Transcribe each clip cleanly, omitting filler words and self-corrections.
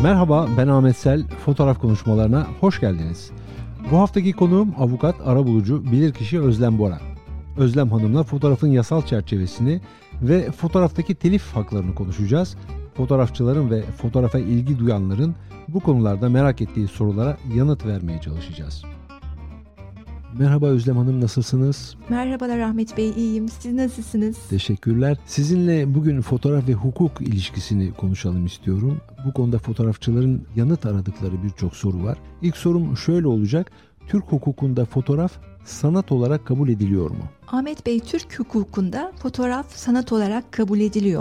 Merhaba, ben Ahmet Sel. Fotoğraf konuşmalarına hoş geldiniz. Bu haftaki konuğum avukat, arabulucu, bilirkişi Özlem Bora. Özlem Hanım'la fotoğrafın yasal çerçevesini ve fotoğraftaki telif haklarını konuşacağız. Fotoğrafçıların ve fotoğrafa ilgi duyanların bu konularda merak ettiği sorulara yanıt vermeye çalışacağız. Merhaba Özlem Hanım, nasılsınız? Merhabalar Ahmet Bey, iyiyim. Siz nasılsınız? Teşekkürler. Sizinle bugün fotoğraf ve hukuk ilişkisini konuşalım istiyorum. Bu konuda fotoğrafçıların yanıt aradıkları birçok soru var. İlk sorum şöyle olacak. Türk hukukunda fotoğraf sanat olarak kabul ediliyor mu? Ahmet Bey, Türk hukukunda fotoğraf sanat olarak kabul ediliyor.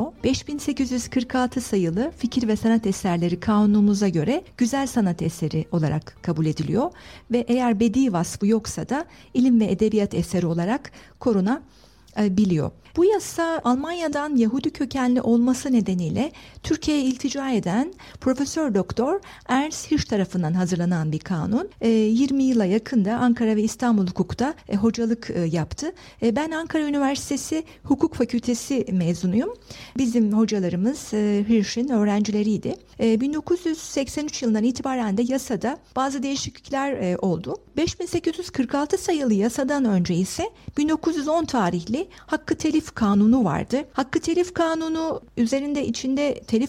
5846 sayılı Fikir ve Sanat Eserleri Kanunumuza göre güzel sanat eseri olarak kabul ediliyor ve eğer bedi vasfı yoksa da ilim ve edebiyat eseri olarak korunabiliyor. Bu yasa Almanya'dan Yahudi kökenli olması nedeniyle Türkiye'ye iltica eden Profesör Doktor Ernst Hirsch tarafından hazırlanan bir kanun. 20 yıla yakında Ankara ve İstanbul Hukuk'ta hocalık yaptı. Ben Ankara Üniversitesi Hukuk Fakültesi mezunuyum. Bizim hocalarımız Hirsch'in öğrencileriydi. 1983 yılından itibaren de yasada bazı değişiklikler oldu. 5846 sayılı yasadan önce ise 1910 tarihli Hakkı Telif Kanunu vardı. Hakkı Telif Kanunu üzerinde içinde telif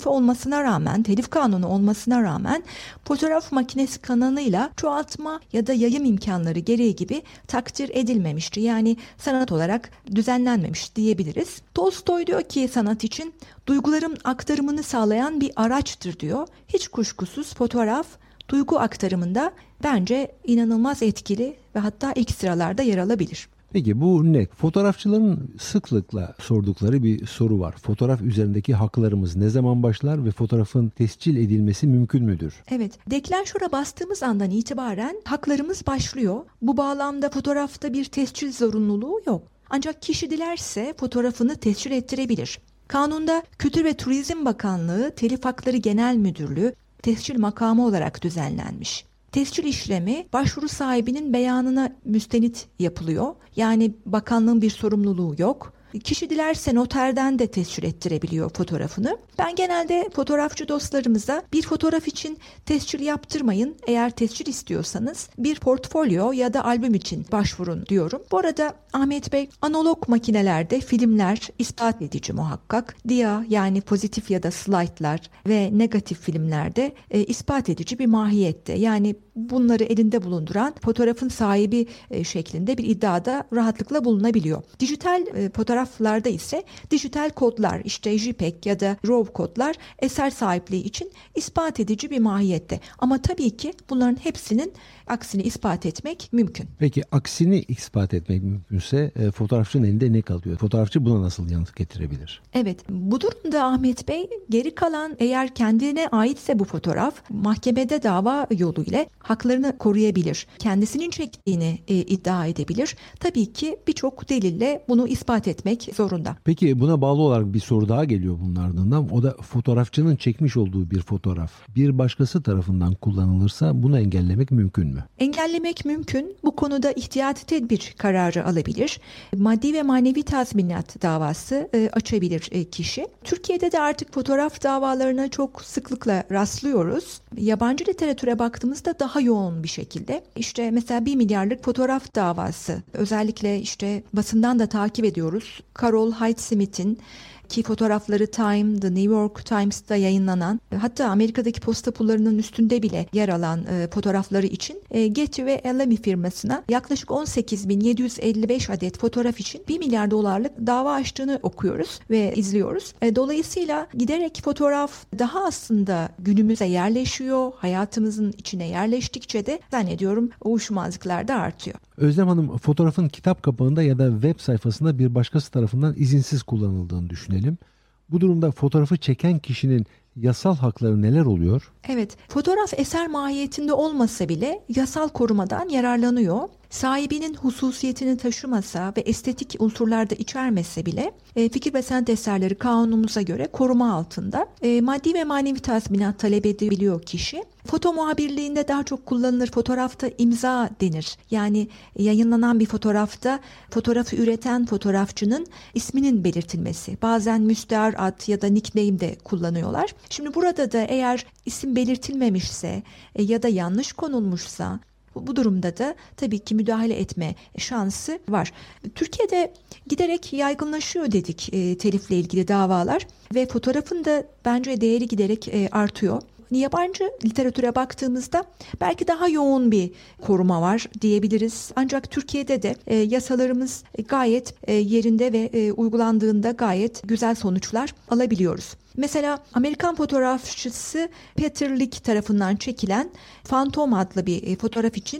kanunu olmasına rağmen fotoğraf makinesi kanalıyla çoğaltma ya da yayım imkanları gereği gibi takdir edilmemişti. Yani sanat olarak düzenlenmemiş diyebiliriz. Tolstoy diyor ki sanat için duyguların aktarımını sağlayan bir araçtır diyor. Hiç kuşkusuz fotoğraf duygu aktarımında bence inanılmaz etkili ve hatta ilk sıralarda yer alabilir. Peki bu ne? Fotoğrafçıların sıklıkla sordukları bir soru var. Fotoğraf üzerindeki haklarımız ne zaman başlar ve fotoğrafın tescil edilmesi mümkün müdür? Evet, deklanşöre bastığımız andan itibaren haklarımız başlıyor. Bu bağlamda fotoğrafta bir tescil zorunluluğu yok. Ancak kişi dilerse fotoğrafını tescil ettirebilir. Kanunda Kültür ve Turizm Bakanlığı Telif Hakları Genel Müdürlüğü tescil makamı olarak düzenlenmiş. Tescil işlemi başvuru sahibinin beyanına müstenit yapılıyor. Yani bakanlığın bir sorumluluğu yok. Kişi dilerse noterden de tescil ettirebiliyor fotoğrafını. Ben genelde fotoğrafçı dostlarımıza bir fotoğraf için tescil yaptırmayın. Eğer tescil istiyorsanız bir portfolyo ya da albüm için başvurun diyorum. Bu arada Ahmet Bey, analog makinelerde filmler ispat edici muhakkak. Dia yani pozitif ya da slaytlar ve negatif filmlerde ispat edici bir mahiyette. Yani bunları elinde bulunduran fotoğrafın sahibi şeklinde bir iddiada rahatlıkla bulunabiliyor. Dijital fotoğraflarda ise dijital kodlar, işte JPEG ya da RAW kodlar eser sahipliği için ispat edici bir mahiyette. Ama tabii ki bunların hepsinin aksini ispat etmek mümkün. Peki aksini ispat etmek mümkünse fotoğrafçının elinde ne kalıyor? Fotoğrafçı buna nasıl yanıt getirebilir? Evet, bu durumda Ahmet Bey geri kalan eğer kendine aitse bu fotoğraf mahkemede dava yoluyla haklarını koruyabilir. Kendisinin çektiğini iddia edebilir. Tabii ki birçok delille bunu ispat etmek zorunda. Peki buna bağlı olarak bir soru daha geliyor bunun ardından. O da fotoğrafçının çekmiş olduğu bir fotoğraf bir başkası tarafından kullanılırsa bunu engellemek mümkün mü? Engellemek mümkün. Bu konuda ihtiyati tedbir kararı alabilir. Maddi ve manevi tazminat davası açabilir kişi. Türkiye'de de artık fotoğraf davalarına çok sıklıkla rastlıyoruz. Yabancı literatüre baktığımızda daha yoğun bir şekilde. İşte mesela 1 milyarlık fotoğraf davası. Özellikle işte basından da takip ediyoruz. Carol Highsmith'in ki fotoğrafları Time, The New York Times'ta yayınlanan, hatta Amerika'daki posta pullarının üstünde bile yer alan fotoğrafları için Getty ve Elemi firmasına yaklaşık 18.755 adet fotoğraf için 1 milyar dolarlık dava açtığını okuyoruz ve izliyoruz. Dolayısıyla giderek fotoğraf daha aslında günümüze yerleşiyor, hayatımızın içine yerleştikçe de zannediyorum uyuşmazlıklar da artıyor. Özlem Hanım, fotoğrafın kitap kapağında ya da web sayfasında bir başkası tarafından izinsiz kullanıldığını düşünelim. Bu durumda fotoğrafı çeken kişinin yasal hakları neler oluyor? Evet, fotoğraf eser mahiyetinde olmasa bile yasal korumadan yararlanıyor. Sahibinin hususiyetini taşımasa ve estetik unsurlarda içermese bile Fikir ve Sanat Eserleri Kanunumuza göre koruma altında. Maddi ve manevi tazminat talep edebiliyor kişi. Foto muhabirliğinde daha çok kullanılır. Fotoğrafta imza denir. Yani yayınlanan bir fotoğrafta fotoğrafı üreten fotoğrafçının isminin belirtilmesi. Bazen müstehar ad ya da nickname de kullanıyorlar. Şimdi burada da eğer isim belirtilmemişse ya da yanlış konulmuşsa, bu durumda da tabii ki müdahale etme şansı var. Türkiye'de giderek yaygınlaşıyor dedik telifle ilgili davalar ve fotoğrafın da bence değeri giderek artıyor. Yabancı literatüre baktığımızda belki daha yoğun bir koruma var diyebiliriz. Ancak Türkiye'de de yasalarımız gayet yerinde ve uygulandığında gayet güzel sonuçlar alabiliyoruz. Mesela Amerikan fotoğrafçısı Peter Lik tarafından çekilen Phantom adlı bir fotoğraf için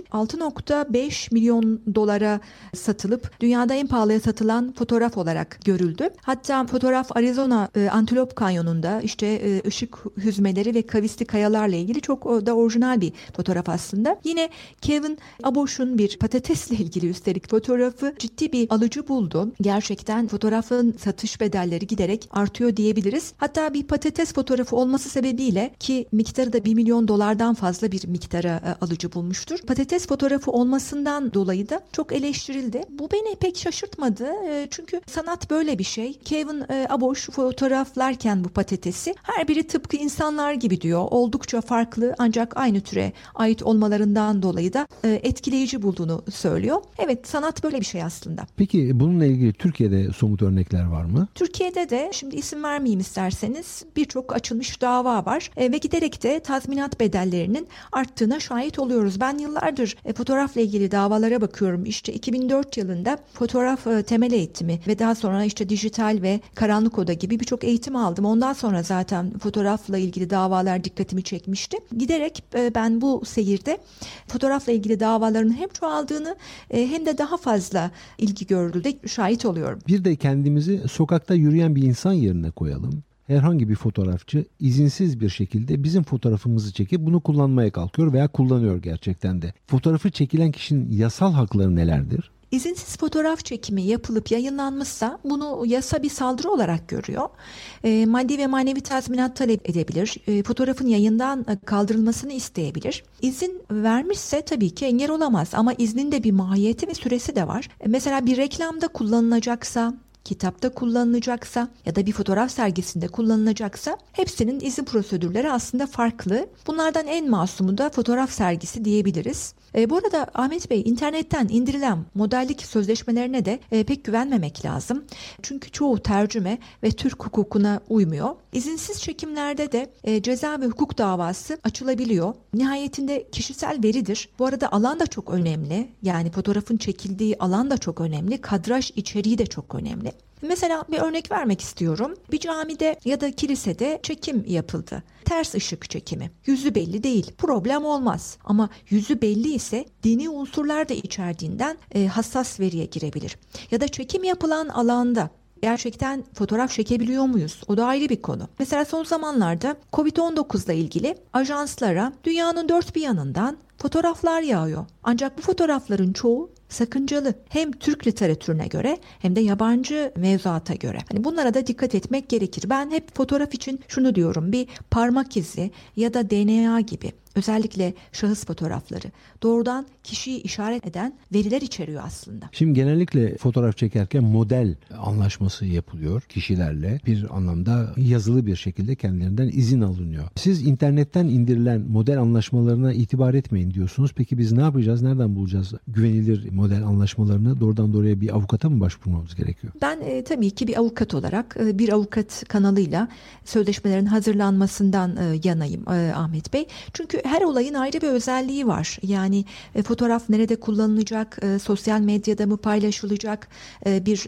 6,5 milyon dolara satılıp dünyada en pahalıya satılan fotoğraf olarak görüldü. Hatta fotoğraf Arizona Antelope Kanyonu'nda işte ışık hüzmeleri ve kavisli kayalarla ilgili çok da orijinal bir fotoğraf aslında. Yine Kevin Abosch'un bir patatesle ilgili üstelik fotoğrafı ciddi bir alıcı buldu. Gerçekten fotoğrafın satış bedelleri giderek artıyor diyebiliriz. Hatta bir patates fotoğrafı olması sebebiyle ki miktarı da 1 milyon dolardan fazla bir miktara alıcı bulmuştur. Patates fotoğrafı olmasından dolayı da çok eleştirildi. Bu beni pek şaşırtmadı. Çünkü sanat böyle bir şey. Kevin Abosch fotoğraflarken bu patatesi her biri tıpkı insanlar gibi diyor. Oldukça farklı ancak aynı türe ait olmalarından dolayı da etkileyici bulduğunu söylüyor. Evet, sanat böyle bir şey aslında. Peki bununla ilgili Türkiye'de somut örnekler var mı? Türkiye'de de şimdi isim vermeyeyim isterseniz birçok açılmış dava var ve giderek de tazminat bedellerinin arttığına şahit oluyoruz. Ben yıllardır fotoğrafla ilgili davalara bakıyorum. İşte 2004 yılında fotoğraf temel eğitimi ve daha sonra işte dijital ve karanlık oda gibi birçok eğitim aldım. Ondan sonra zaten fotoğrafla ilgili davalar dikkatimi çekmişti. Giderek ben bu seyirde fotoğrafla ilgili davaların hem çoğaldığını hem de daha fazla ilgi gördüğüne şahit oluyorum. Bir de kendimizi sokakta yürüyen bir insan yerine koyalım. Herhangi bir fotoğrafçı izinsiz bir şekilde bizim fotoğrafımızı çekip bunu kullanmaya kalkıyor veya kullanıyor gerçekten de. Fotoğrafı çekilen kişinin yasal hakları nelerdir? İzinsiz fotoğraf çekimi yapılıp yayınlanmışsa bunu yasa bir saldırı olarak görüyor. Maddi ve manevi tazminat talep edebilir. Fotoğrafın yayından kaldırılmasını isteyebilir. İzin vermişse tabii ki engel olamaz ama iznin de bir mahiyeti ve süresi de var. Mesela bir reklamda kullanılacaksa, kitapta kullanılacaksa ya da bir fotoğraf sergisinde kullanılacaksa hepsinin izin prosedürleri aslında farklı. Bunlardan en masumu da fotoğraf sergisi diyebiliriz. Bu arada Ahmet Bey, internetten indirilen modellik sözleşmelerine de pek güvenmemek lazım. Çünkü çoğu tercüme ve Türk hukukuna uymuyor. İzinsiz çekimlerde de ceza ve hukuk davası açılabiliyor. Nihayetinde kişisel veridir. Bu arada alan da çok önemli. Yani fotoğrafın çekildiği alan da çok önemli. Kadraj içeriği de çok önemli. Mesela bir örnek vermek istiyorum. Bir camide ya da kilisede çekim yapıldı. Ters ışık çekimi. Yüzü belli değil. Problem olmaz. Ama yüzü belli ise dini unsurlar da içerdiğinden hassas veriye girebilir. Ya da çekim yapılan alanda gerçekten fotoğraf çekebiliyor muyuz? O da ayrı bir konu. Mesela son zamanlarda Covid-19 ile ilgili ajanslara dünyanın dört bir yanından fotoğraflar yağıyor. Ancak bu fotoğrafların çoğu sakıncalı. Hem Türk literatürüne göre hem de yabancı mevzuata göre. Hani bunlara da dikkat etmek gerekir. Ben hep fotoğraf için şunu diyorum. Bir parmak izi ya da DNA gibi özellikle şahıs fotoğrafları doğrudan kişiyi işaret eden veriler içeriyor aslında. Şimdi genellikle fotoğraf çekerken model anlaşması yapılıyor kişilerle. Bir anlamda yazılı bir şekilde kendilerinden izin alınıyor. Siz internetten indirilen model anlaşmalarına itibar etmeyin diyorsunuz. Peki biz ne yapacağız? Nereden bulacağız güvenilir model anlaşmalarını? Doğrudan doğruya bir avukata mı başvurmamız gerekiyor? Ben tabii ki bir avukat olarak bir avukat kanalıyla sözleşmelerin hazırlanmasından yanayım Ahmet Bey. Çünkü her olayın ayrı bir özelliği var. Yani fotoğraf nerede kullanılacak, sosyal medyada mı paylaşılacak, bir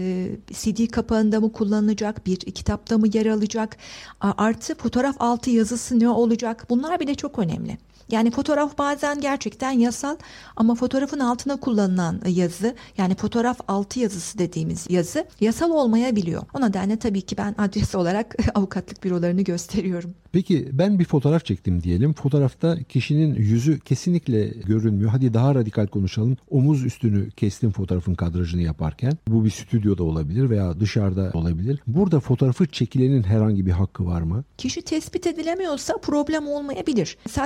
CD kapağında mı kullanılacak, bir kitapta mı yer alacak, artı fotoğraf altı yazısı ne olacak? Bunlar bile çok önemli. Yani fotoğraf bazen gerçekten yasal ama fotoğrafın altına kullanılan yazı, yani fotoğraf altı yazısı dediğimiz yazı yasal olmayabiliyor. O nedenle tabii ki ben adres olarak avukatlık bürolarını gösteriyorum. Peki ben bir fotoğraf çektim diyelim. Fotoğrafta kişinin yüzü kesinlikle görünmüyor. Hadi daha radikal konuşalım. Omuz üstünü kestim fotoğrafın kadrajını yaparken. Bu bir stüdyoda olabilir veya dışarıda olabilir. Burada fotoğrafı çekilenin herhangi bir hakkı var mı? Kişi tespit edilemiyorsa problem olmayabilir. Sadece yüz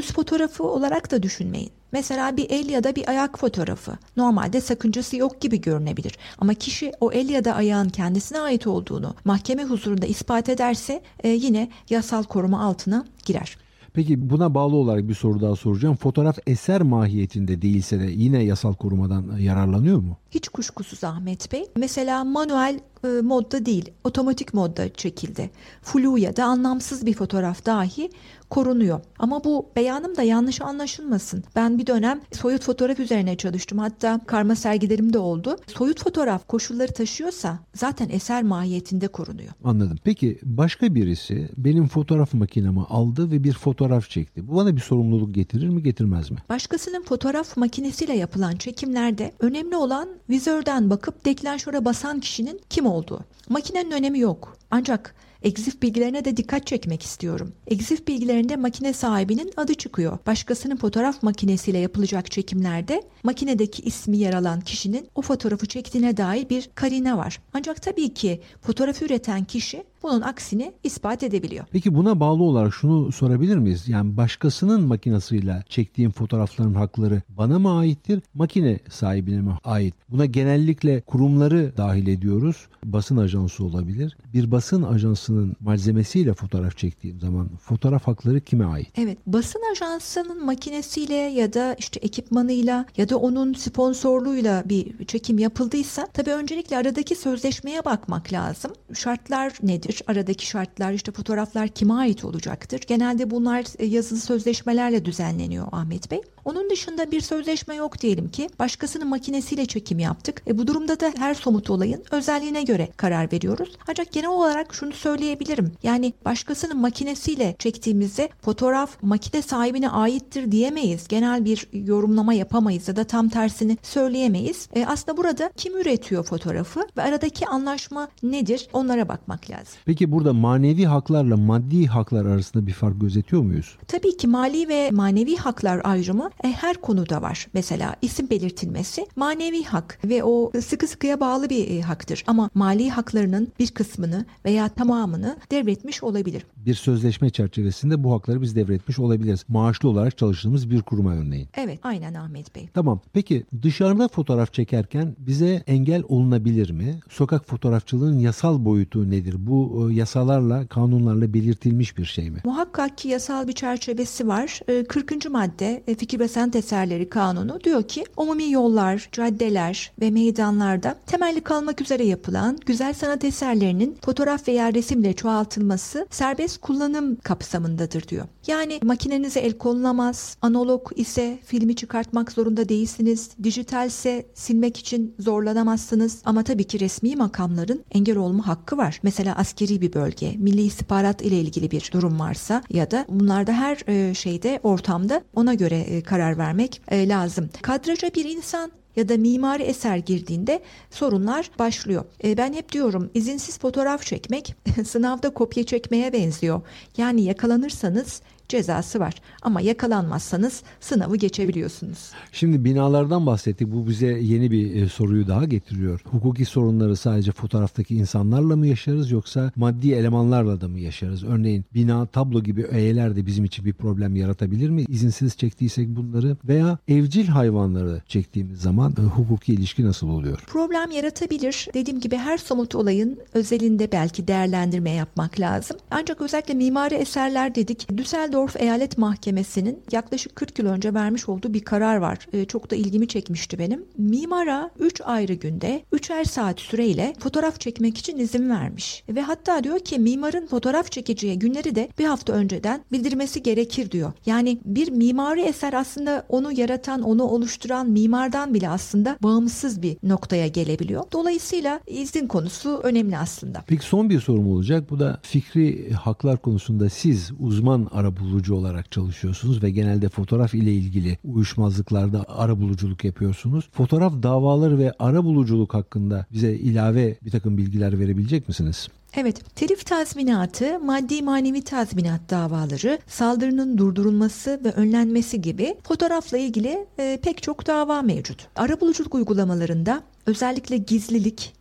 Yüz fotoğrafı olarak da düşünmeyin. Mesela bir el ya da bir ayak fotoğrafı. Normalde sakıncası yok gibi görünebilir. Ama kişi o el ya da ayağın kendisine ait olduğunu mahkeme huzurunda ispat ederse yine yasal koruma altına girer. Peki buna bağlı olarak bir soru daha soracağım. Fotoğraf eser mahiyetinde değilse de yine yasal korumadan yararlanıyor mu? Hiç kuşkusuz Ahmet Bey. Mesela manuel modda değil, otomatik modda çekildi. Flu ya da anlamsız bir fotoğraf dahi korunuyor. Ama bu beyanım da yanlış anlaşılmasın. Ben bir dönem soyut fotoğraf üzerine çalıştım. Hatta karma sergilerim de oldu. Soyut fotoğraf koşulları taşıyorsa zaten eser mahiyetinde korunuyor. Anladım. Peki başka birisi benim fotoğraf makinemi aldı ve bir fotoğraf çekti. Bu bana bir sorumluluk getirir mi, getirmez mi? Başkasının fotoğraf makinesiyle yapılan çekimlerde önemli olan vizörden bakıp deklanşöre basan kişinin kim olduğu. Makinenin önemi yok. Ancak egzif bilgilerine de dikkat çekmek istiyorum. Egzif bilgilerinde makine sahibinin adı çıkıyor. Başkasının fotoğraf makinesiyle yapılacak çekimlerde makinedeki ismi yer alan kişinin o fotoğrafı çektiğine dair bir karine var. Ancak tabii ki fotoğrafı üreten kişi bunun aksini ispat edebiliyor. Peki buna bağlı olarak şunu sorabilir miyiz? Yani başkasının makinesiyle çektiğim fotoğrafların hakları bana mı aittir, makine sahibine mi ait? Buna genellikle kurumları dahil ediyoruz. Basın ajansı olabilir. Bir basın ajansının malzemesiyle fotoğraf çektiğim zaman fotoğraf hakları kime ait? Evet, basın ajansının makinesiyle ya da işte ekipmanıyla ya da onun sponsorluğuyla bir çekim yapıldıysa tabii öncelikle aradaki sözleşmeye bakmak lazım. Şartlar nedir? Aradaki şartlar, işte fotoğraflar kime ait olacaktır? Genelde bunlar yazılı sözleşmelerle düzenleniyor Ahmet Bey. Onun dışında bir sözleşme yok diyelim ki. Başkasının makinesiyle çekim yaptık. Bu durumda da her somut olayın özelliğine göre karar veriyoruz. Ancak genel olarak şunu söyleyebilirim. Yani başkasının makinesiyle çektiğimizde fotoğraf makine sahibine aittir diyemeyiz. Genel bir yorumlama yapamayız ya da tam tersini söyleyemeyiz. Aslında burada kim üretiyor fotoğrafı ve aradaki anlaşma nedir? Onlara bakmak lazım. Peki burada manevi haklarla maddi haklar arasında bir fark gözetiyor muyuz? Tabii ki mali ve manevi haklar ayrımı her konuda var. Mesela isim belirtilmesi manevi hak ve o sıkı sıkıya bağlı bir haktır. Ama mali haklarının bir kısmını veya tamamını devretmiş olabilir. Bir sözleşme çerçevesinde bu hakları biz devretmiş olabiliriz. Maaşlı olarak çalıştığımız bir kuruma örneğin. Evet, aynen Ahmet Bey. Tamam. Peki dışarıda fotoğraf çekerken bize engel olunabilir mi? Sokak fotoğrafçılığının yasal boyutu nedir? Bu yasalarla, kanunlarla belirtilmiş bir şey mi? Muhakkak ki yasal bir çerçevesi var. 40. madde Fikir ve Sanat Eserleri Kanunu diyor ki umumi yollar, caddeler ve meydanlarda temelli kalmak üzere yapılan güzel sanat eserlerinin fotoğraf veya resimle çoğaltılması serbest kullanım kapsamındadır diyor. Yani makinenize el konulamaz, analog ise filmi çıkartmak zorunda değilsiniz, dijitalse silmek için zorlanamazsınız ama tabii ki resmi makamların engel olma hakkı var. Mesela askeri bir bölge, milli istihbarat ile ilgili bir durum varsa ya da bunlarda her şeyde, ortamda ona göre karar vermek lazım. Kadraja bir insan ya da mimari eser girdiğinde sorunlar başlıyor. Ben hep diyorum izinsiz fotoğraf çekmek sınavda kopya çekmeye benziyor. Yani yakalanırsanız cezası var. Ama yakalanmazsanız sınavı geçebiliyorsunuz. Şimdi binalardan bahsettik. Bu bize yeni bir soruyu daha getiriyor. Hukuki sorunları sadece fotoğraftaki insanlarla mı yaşarız yoksa maddi elemanlarla da mı yaşarız? Örneğin bina, tablo gibi öğeler de bizim için bir problem yaratabilir mi? İzinsiz çektiysek bunları veya evcil hayvanları çektiğimiz zaman hukuki ilişki nasıl oluyor? Problem yaratabilir. Dediğim gibi her somut olayın özelinde belki değerlendirme yapmak lazım. Ancak özellikle mimari eserler dedik. Düsseldorf Eyalet Mahkemesi'nin yaklaşık 40 yıl önce vermiş olduğu bir karar var. Çok da ilgimi çekmişti benim. Mimara 3 ayrı günde 3'er saat süreyle fotoğraf çekmek için izin vermiş. Ve hatta diyor ki mimarın fotoğraf çekeceği günleri de bir hafta önceden bildirmesi gerekir diyor. Yani bir mimari eser aslında onu yaratan, onu oluşturan mimardan bile aslında bağımsız bir noktaya gelebiliyor. Dolayısıyla izin konusu önemli aslında. Peki son bir sorum olacak. Bu da fikri haklar konusunda siz uzman arabulucu olarak çalışıyorsunuz ve genelde fotoğraf ile ilgili uyuşmazlıklarda arabuluculuk yapıyorsunuz. Fotoğraf davaları ve arabuluculuk hakkında bize ilave bir takım bilgiler verebilecek misiniz? Evet, telif tazminatı, maddi manevi tazminat davaları, saldırının durdurulması ve önlenmesi gibi fotoğrafla ilgili pek çok dava mevcut. Arabuluculuk uygulamalarında özellikle gizlilik,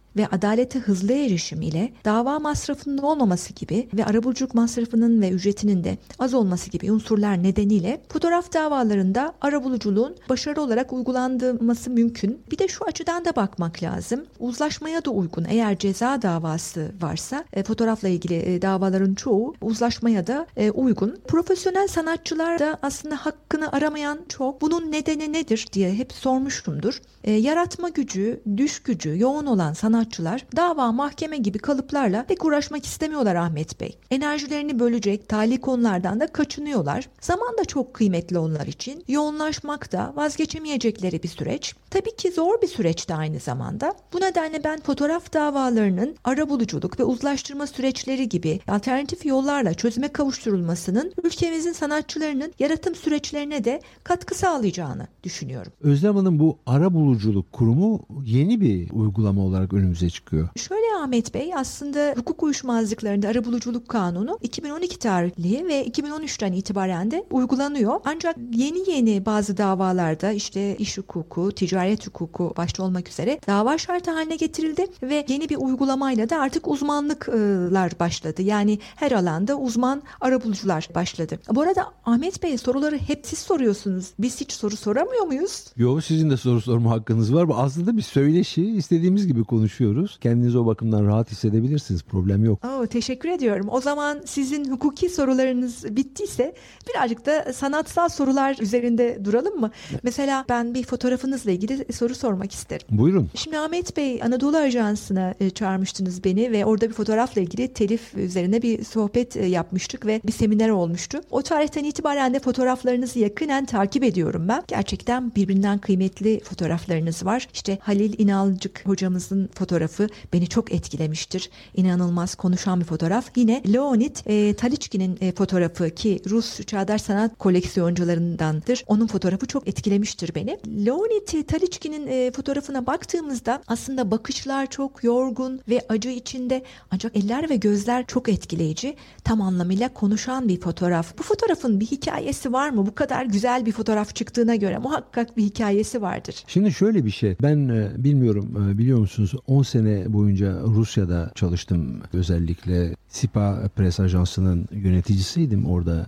ve adalete hızlı erişim ile dava masrafının olmaması gibi ve arabuluculuk masrafının ve ücretinin de az olması gibi unsurlar nedeniyle fotoğraf davalarında arabuluculuğun başarılı olarak uygulanması mümkün. Bir de şu açıdan da bakmak lazım. Uzlaşmaya da uygun. Eğer ceza davası varsa fotoğrafla ilgili davaların çoğu uzlaşmaya da uygun. Profesyonel sanatçılar da aslında hakkını aramayan çok. Bunun nedeni nedir diye hep sormuşumdur. Yaratma gücü, düş gücü yoğun olan sanatçılar dava, mahkeme gibi kalıplarla pek uğraşmak istemiyorlar Ahmet Bey. Enerjilerini bölecek tali konulardan da kaçınıyorlar. Zaman da çok kıymetli onlar için. Yoğunlaşmak da vazgeçemeyecekleri bir süreç. Tabii ki zor bir süreç de aynı zamanda. Bu nedenle ben fotoğraf davalarının arabuluculuk ve uzlaştırma süreçleri gibi alternatif yollarla çözüme kavuşturulmasının ülkemizin sanatçılarının yaratım süreçlerine de katkı sağlayacağını düşünüyorum. Özlem Hanım, bu arabuluculuk kurumu yeni bir uygulama olarak önümüze çıkıyor. Şöyle Ahmet Bey, aslında hukuk uyuşmazlıklarında arabuluculuk kanunu 2012 tarihli ve 2013'ten itibaren de uygulanıyor. Ancak yeni bazı davalarda işte iş hukuku, ticaret hukuku başta olmak üzere dava şartı haline getirildi ve yeni bir uygulamayla da artık uzmanlıklar başladı. Yani her alanda uzman arabulucular başladı. Bu arada Ahmet Bey, soruları hep siz soruyorsunuz. Biz hiç soru soramıyor muyuz? Yok, sizin de soru sorma hakkınız var. Aslında bir söyleşi, istediğimiz gibi konuşuyoruz. Kendinizi o bakımdan rahat hissedebilirsiniz. Problem yok. Teşekkür ediyorum. O zaman sizin hukuki sorularınız bittiyse birazcık da sanatsal sorular üzerinde duralım mı? Evet. Mesela ben bir fotoğrafınızla ilgili soru sormak isterim. Buyurun. Şimdi Ahmet Bey, Anadolu Ajansı'na çağırmıştınız beni ve orada bir fotoğrafla ilgili telif üzerine bir sohbet yapmıştık ve bir seminer olmuştu. O tarihten itibaren de fotoğraflarınızı yakinen takip ediyorum ben. Gerçekten birbirinden kıymetli fotoğraflarınız var. İşte Halil İnalcık hocamızın fotoğrafı beni çok etkilemiştir. İnanılmaz konuşan bir fotoğraf. Yine Leonid Taliçkin'in fotoğrafı, ki Rus çağdaş sanat koleksiyoncularındandır. Onun fotoğrafı çok etkilemiştir beni. Leonid Taliçkin'in fotoğrafına baktığımızda aslında bakışlar çok yorgun ve acı içinde, ancak eller ve gözler çok etkileyici. Tam anlamıyla konuşan bir fotoğraf. Bu fotoğrafın bir hikayesi var mı? Bu kadar güzel bir fotoğraf çıktığına göre muhakkak bir hikayesi vardır. Şimdi şöyle bir şey. Ben bilmiyorum, biliyor musunuz, 10 sene boyunca Rusya'da çalıştım. Özellikle SIPA Press Ajansı'nın yöneticisiydim orada.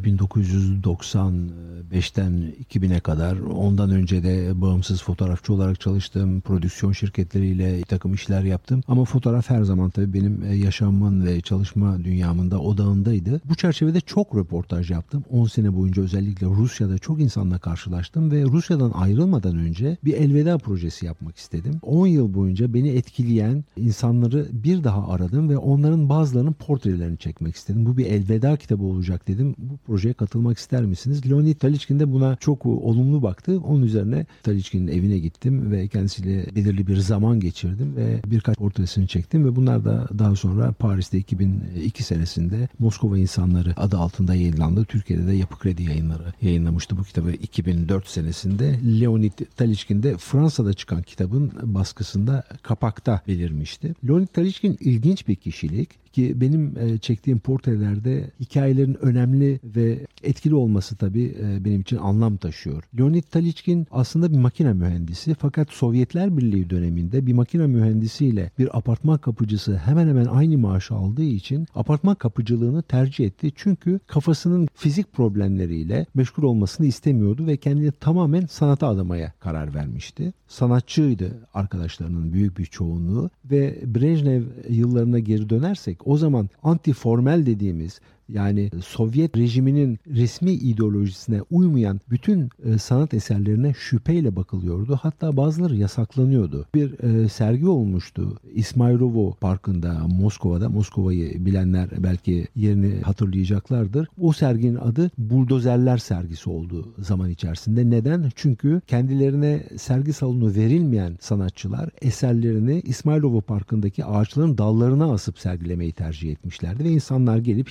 1995'ten 2000'e kadar. Ondan önce de bağımsız fotoğrafçı olarak çalıştım. Prodüksiyon şirketleriyle bir takım işler yaptım. Ama fotoğraf her zaman tabii benim yaşamımın ve çalışma dünyamın da odağındaydı. Bu çerçevede çok röportaj yaptım. 10 sene boyunca özellikle Rusya'da çok insanla karşılaştım ve Rusya'dan ayrılmadan önce bir elveda projesi yapmak istedim. 10 yıl boyunca beni etkileyen insanları bir daha aradım ve onların bazılarının portrelerini çekmek istedim. Bu bir elveda kitabı olacak dedim. Bu projeye katılmak ister misiniz? Leonid Taliçkin de buna çok olumlu baktı. Onun üzerine Taliçkin'in evine gittim ve kendisiyle belirli bir zaman geçirdim ve birkaç portresini çektim ve bunlar da daha sonra Paris'te 2002 senesinde Moskova İnsanları adı altında yayınlandı. Türkiye'de de Yapı Kredi Yayınları yayınlamıştı bu kitabı 2004 senesinde. Leonid Taliçkin de Fransa'da çıkan kitabın baskısında kapakta belirmişti. Leonid Taliçkin ilginç bir kişilik. Ki benim çektiğim portrelerde hikayelerin önemli ve etkili olması tabii benim için anlam taşıyor. Leonid Taliçkin aslında bir makine mühendisi, fakat Sovyetler Birliği döneminde bir makine mühendisiyle bir apartman kapıcısı hemen hemen aynı maaşı aldığı için apartman kapıcılığını tercih etti. Çünkü kafasının fizik problemleriyle meşgul olmasını istemiyordu ve kendini tamamen sanata adamaya karar vermişti. Sanatçıydı arkadaşlarının büyük bir çoğunluğu ve Brejnev yıllarına geri dönersek o zaman antiformel dediğimiz, yani Sovyet rejiminin resmi ideolojisine uymayan bütün sanat eserlerine şüpheyle bakılıyordu. Hatta bazıları yasaklanıyordu. Bir sergi olmuştu İsmailovo Parkı'nda Moskova'da. Moskova'yı bilenler belki yerini hatırlayacaklardır. O serginin adı Buldozerler sergisi oldu zaman içerisinde. Neden? Çünkü kendilerine sergi salonu verilmeyen sanatçılar eserlerini İsmailovo Parkı'ndaki ağaçların dallarına asıp sergilemeyi tercih etmişlerdi ve insanlar gelip hiç para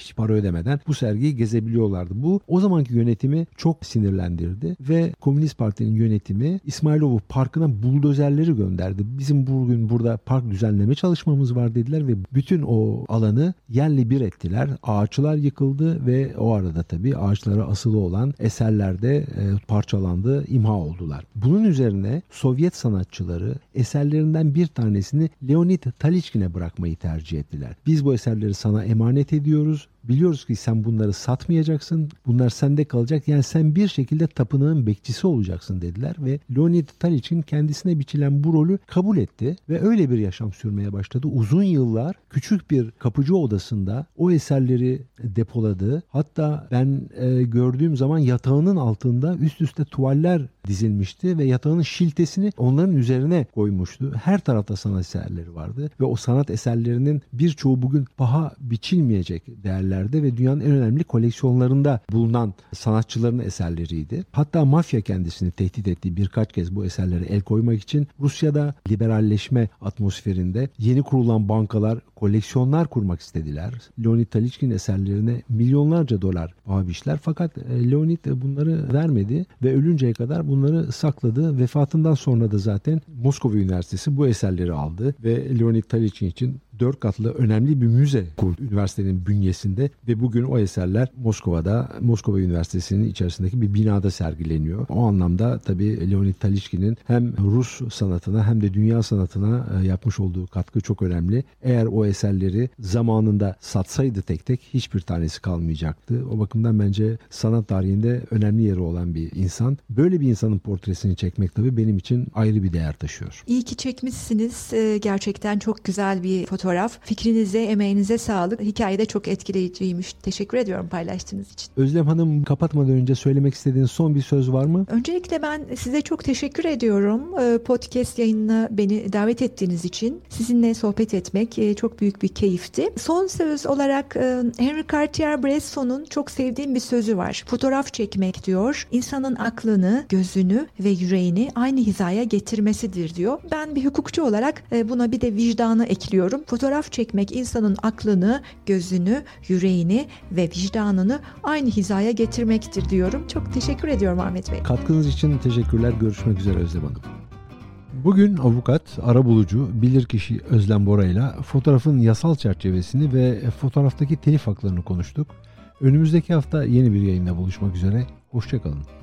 ödemeden bu sergiyi gezebiliyorlardı. Bu o zamanki yönetimi çok sinirlendirdi ve Komünist Parti'nin yönetimi İsmailovo Parkı'na buldozerleri gönderdi. Bizim bugün burada park düzenleme çalışmamız var dediler ve bütün o alanı yerle bir ettiler. Ağaçlar yıkıldı ve o arada tabii ağaçlara asılı olan eserler de parçalandı, imha oldular. Bunun üzerine Sovyet sanatçıları eserlerinden bir tanesini Leonid Taliçkin'e bırakmayı tercih ettiler. Biz bu eserleri sana emanet ediyoruz. Biliyoruz ki sen bunları satmayacaksın. Bunlar sende kalacak. Yani sen bir şekilde tapınağın bekçisi olacaksın dediler ve Leonid Taliçkin kendisine biçilen bu rolü kabul etti ve öyle bir yaşam sürmeye başladı. Uzun yıllar küçük bir kapıcı odasında o eserleri depoladı. Hatta ben gördüğüm zaman yatağının altında üst üste tuvaller dizilmişti ve yatağının şiltesini onların üzerine koymuştu. Her tarafta sanat eserleri vardı ve o sanat eserlerinin birçoğu bugün paha biçilmeyecek değerlerde ve dünyanın en önemli koleksiyonlarında bulunan sanatçıların eserleriydi. Hatta mafya kendisini tehdit ettiği birkaç kez bu eserlere el koymak için Rusya'da liberalleşme atmosferinde yeni kurulan bankalar koleksiyonlar kurmak istediler. Leonid Taliçkin eserlerine milyonlarca dolar paha biçtiler fakat Leonid bunları vermedi ve ölünceye kadar bunları sakladı. Vefatından sonra da zaten Moskova Üniversitesi bu eserleri aldı ve Leonid Taliçkin için 4 katlı önemli bir müze kurdu üniversitenin bünyesinde ve bugün o eserler Moskova Üniversitesi'nin içerisindeki bir binada sergileniyor. O anlamda tabii Leonid Taliçkin'in hem Rus sanatına hem de dünya sanatına yapmış olduğu katkı çok önemli. Eğer o eserleri zamanında satsaydı tek tek hiçbir tanesi kalmayacaktı. O bakımdan bence sanat tarihinde önemli yeri olan bir insan. Böyle bir insanın portresini çekmek tabii benim için ayrı bir değer taşıyor. İyi ki çekmişsiniz. Gerçekten çok güzel bir fotoğraf. Fikrinize, emeğinize sağlık. Hikaye de çok etkileyiciymiş. Teşekkür ediyorum paylaştığınız için. Özlem Hanım, kapatmadan önce söylemek istediğiniz son bir söz var mı? Öncelikle ben size çok teşekkür ediyorum. Podcast yayınına beni davet ettiğiniz için. Sizinle sohbet etmek çok büyük bir keyifti. Son söz olarak Henri Cartier-Bresson'un çok sevdiğim bir sözü var. Fotoğraf çekmek diyor, insanın aklını, gözünü ve yüreğini aynı hizaya getirmesidir diyor. Ben bir hukukçu olarak buna bir de vicdanı ekliyorum. Fotoğraf çekmek insanın aklını, gözünü, yüreğini ve vicdanını aynı hizaya getirmektir diyorum. Çok teşekkür ediyorum Ahmet Bey. Katkınız için teşekkürler. Görüşmek üzere Özlem Hanım. Bugün avukat, arabulucu, bilirkişi Özlem Bora ile fotoğrafın yasal çerçevesini ve fotoğraftaki telif haklarını konuştuk. Önümüzdeki hafta yeni bir yayında buluşmak üzere. Hoşça kalın.